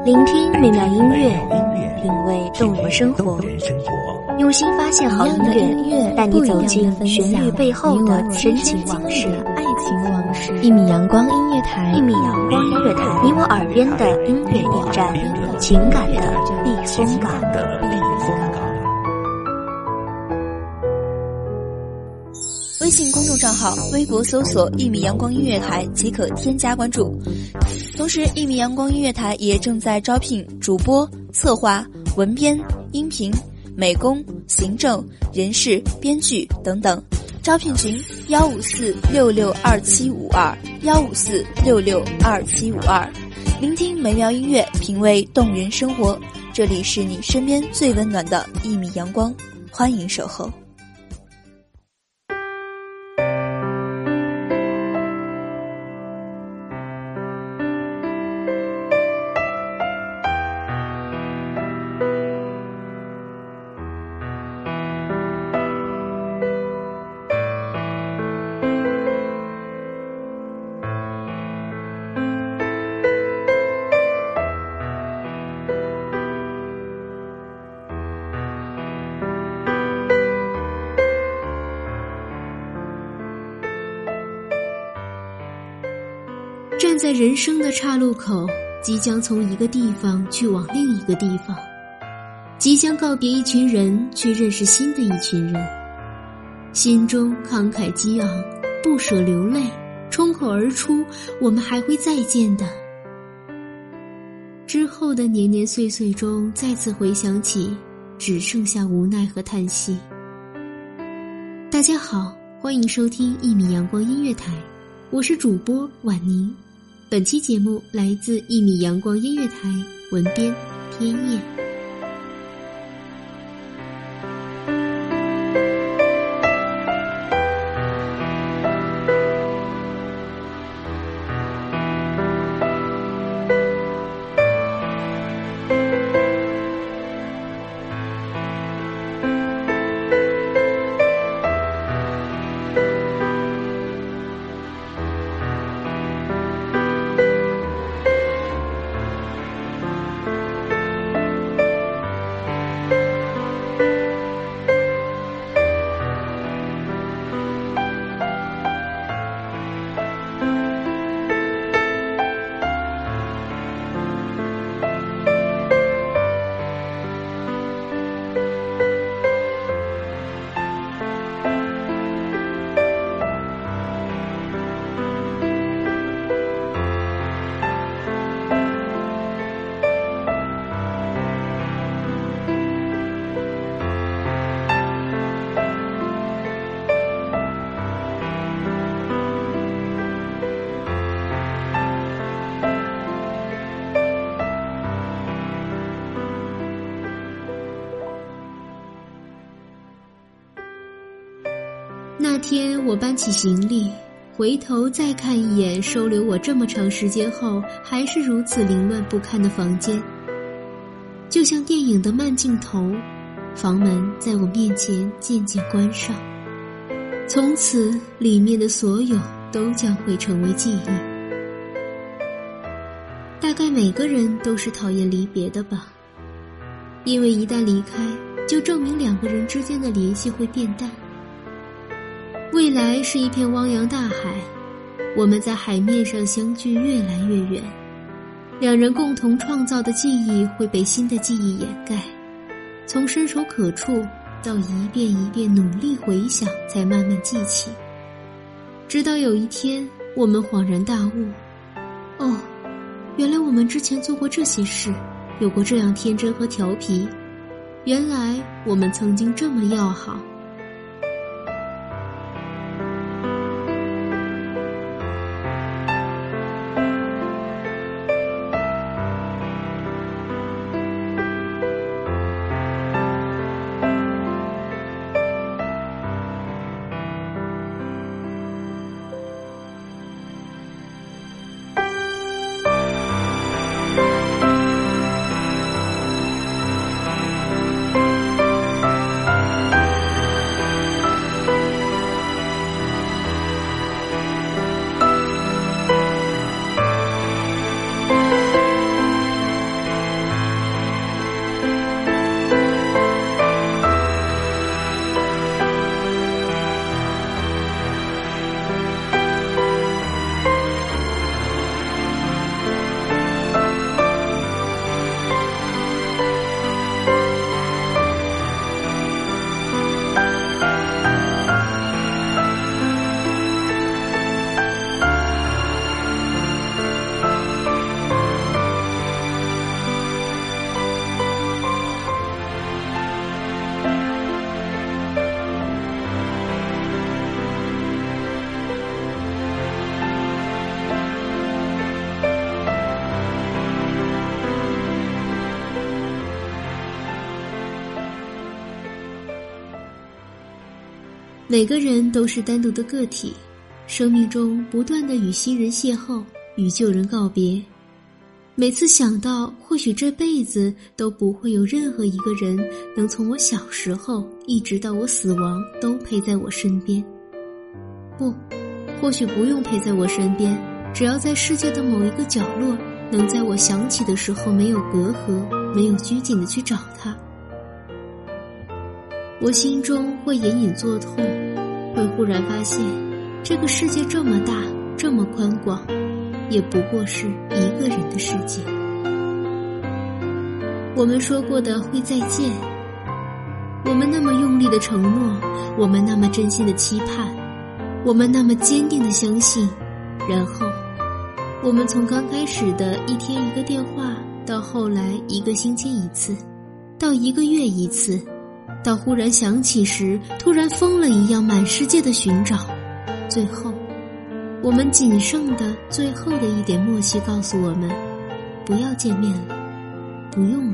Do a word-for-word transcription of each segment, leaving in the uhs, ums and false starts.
聆听美妙音乐，品味动人生活，用心发现好音乐，带你走进旋律背后的深情往事。 爱情往事，一米阳光音乐台， 一米阳光音乐台，你我耳边的音乐驿站，情感的避风港。 微信公众账号、微博搜索“一米阳光音乐台”即可添加关注。同时，一米阳光音乐台也正在招聘主播、策划、文编、音频、美工、行政、人事、编剧等等。招聘群：幺五四六六二七五二幺五四六六二七五二。聆听美妙音乐，品味动人生活。这里是你身边最温暖的一米阳光，欢迎守候。 站在人生的岔路口，即将从一个地方去往另一个地方，即将告别一群人，去认识新的一群人，心中慷慨激昂，不舍流泪，冲口而出，我们还会再见的。之后的年年岁岁中，再次回想起，只剩下无奈和叹息。大家好，欢迎收听一米阳光音乐台，我是主播婉宁。本期节目来自一米阳光音乐台，文编天叶。那天我搬起行李，回头再看一眼收留我这么长时间后还是如此凌乱不堪的房间，就像电影的慢镜头，房门在我面前渐渐关上，从此里面的所有都将会成为记忆。大概每个人都是讨厌离别的吧，因为一旦离开，就证明两个人之间的联系会变淡。未来是一片汪洋大海，我们在海面上相距越来越远，两人共同创造的记忆会被新的记忆掩盖，从伸手可触到一遍一遍努力回想才慢慢记起，直到有一天我们恍然大悟，哦，原来我们之前做过这些事，有过这样天真和调皮，原来我们曾经这么要好。 每个人都是单独的个体，生命中不断的与新人邂逅，与旧人告别。每次想到或许这辈子都不会有任何一个人能从我小时候一直到我死亡都陪在我身边。不，或许不用陪在我身边，只要在世界的某一个角落，能在我想起的时候没有隔阂，没有拘谨的去找他。我心中会隐隐作痛，会忽然发现这个世界这么大，这么宽广，也不过是一个人的世界。我们说过的会再见，我们那么用力的承诺，我们那么真心的期盼，我们那么坚定的相信，然后我们从刚开始的一天一个电话，到后来一个星期一次，到一个月一次，到忽然想起时突然疯了一样满世界的寻找，最后我们仅剩的最后的一点默契告诉我们，不要见面了，不用了。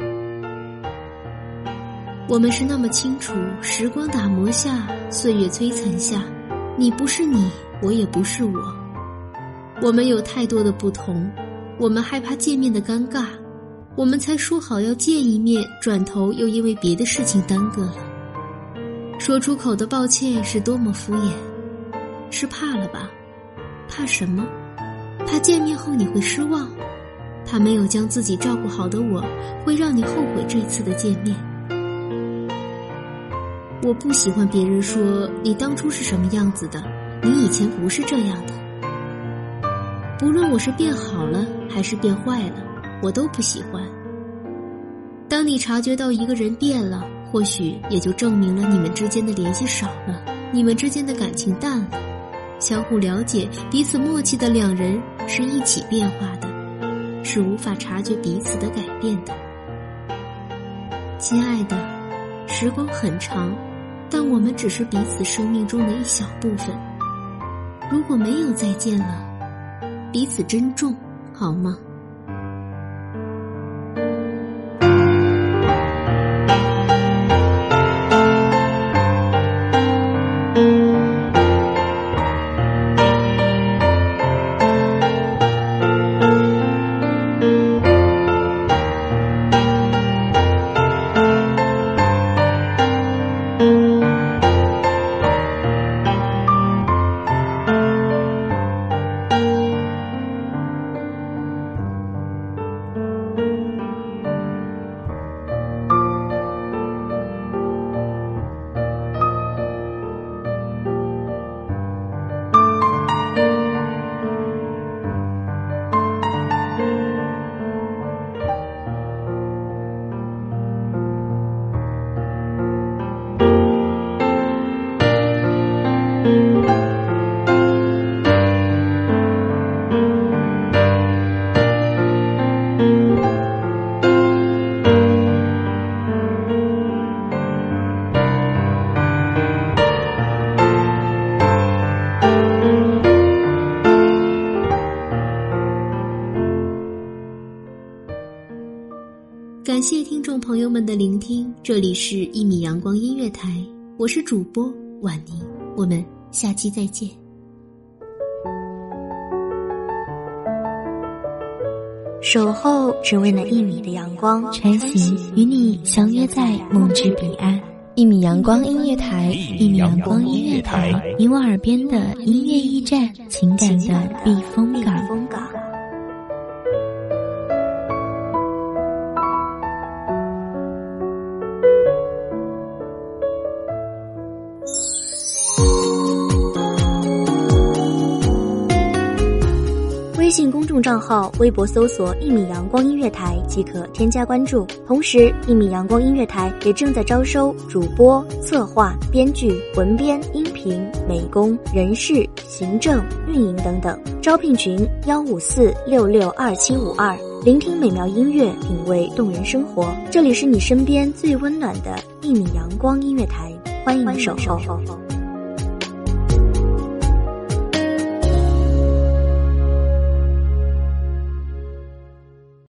我们是那么清楚，时光打磨下，岁月摧残下，你不是你，我也不是我。我们有太多的不同，我们害怕见面的尴尬，我们才说好要见一面，转头又因为别的事情耽搁了。说出口的抱歉是多么敷衍，是怕了吧？怕什么？怕见面后你会失望，怕没有将自己照顾好的我会让你后悔这次的见面。我不喜欢别人说你当初是什么样子的，你以前不是这样的。不论我是变好了还是变坏了，我都不喜欢。当你察觉到一个人变了，或许也就证明了你们之间的联系少了，你们之间的感情淡了。相互了解彼此默契的两人是一起变化的，是无法察觉彼此的改变的。亲爱的，时光很长，但我们只是彼此生命中的一小部分。如果没有再见了，彼此珍重，好吗？感谢听众朋友们的聆听，这里是一米阳光音乐台，我是主播婉宁，我们下期再见。 守候只为那一米的阳光， 穿行与你相约在梦之彼岸。一米阳光音乐台，一米阳光音乐台，你我耳边的音乐驿站，情感的避风港。 微信公众账号、微博搜索“一米阳光音乐台”即可添加关注。同时，一米阳光音乐台也正在招收主播、策划、编剧、文编、音频、美工、人事、行政、运营等等。招聘群：幺五四六六二七五二。聆听美妙音乐，品味动人生活。这里是你身边最温暖的一米阳光音乐台，欢迎守候。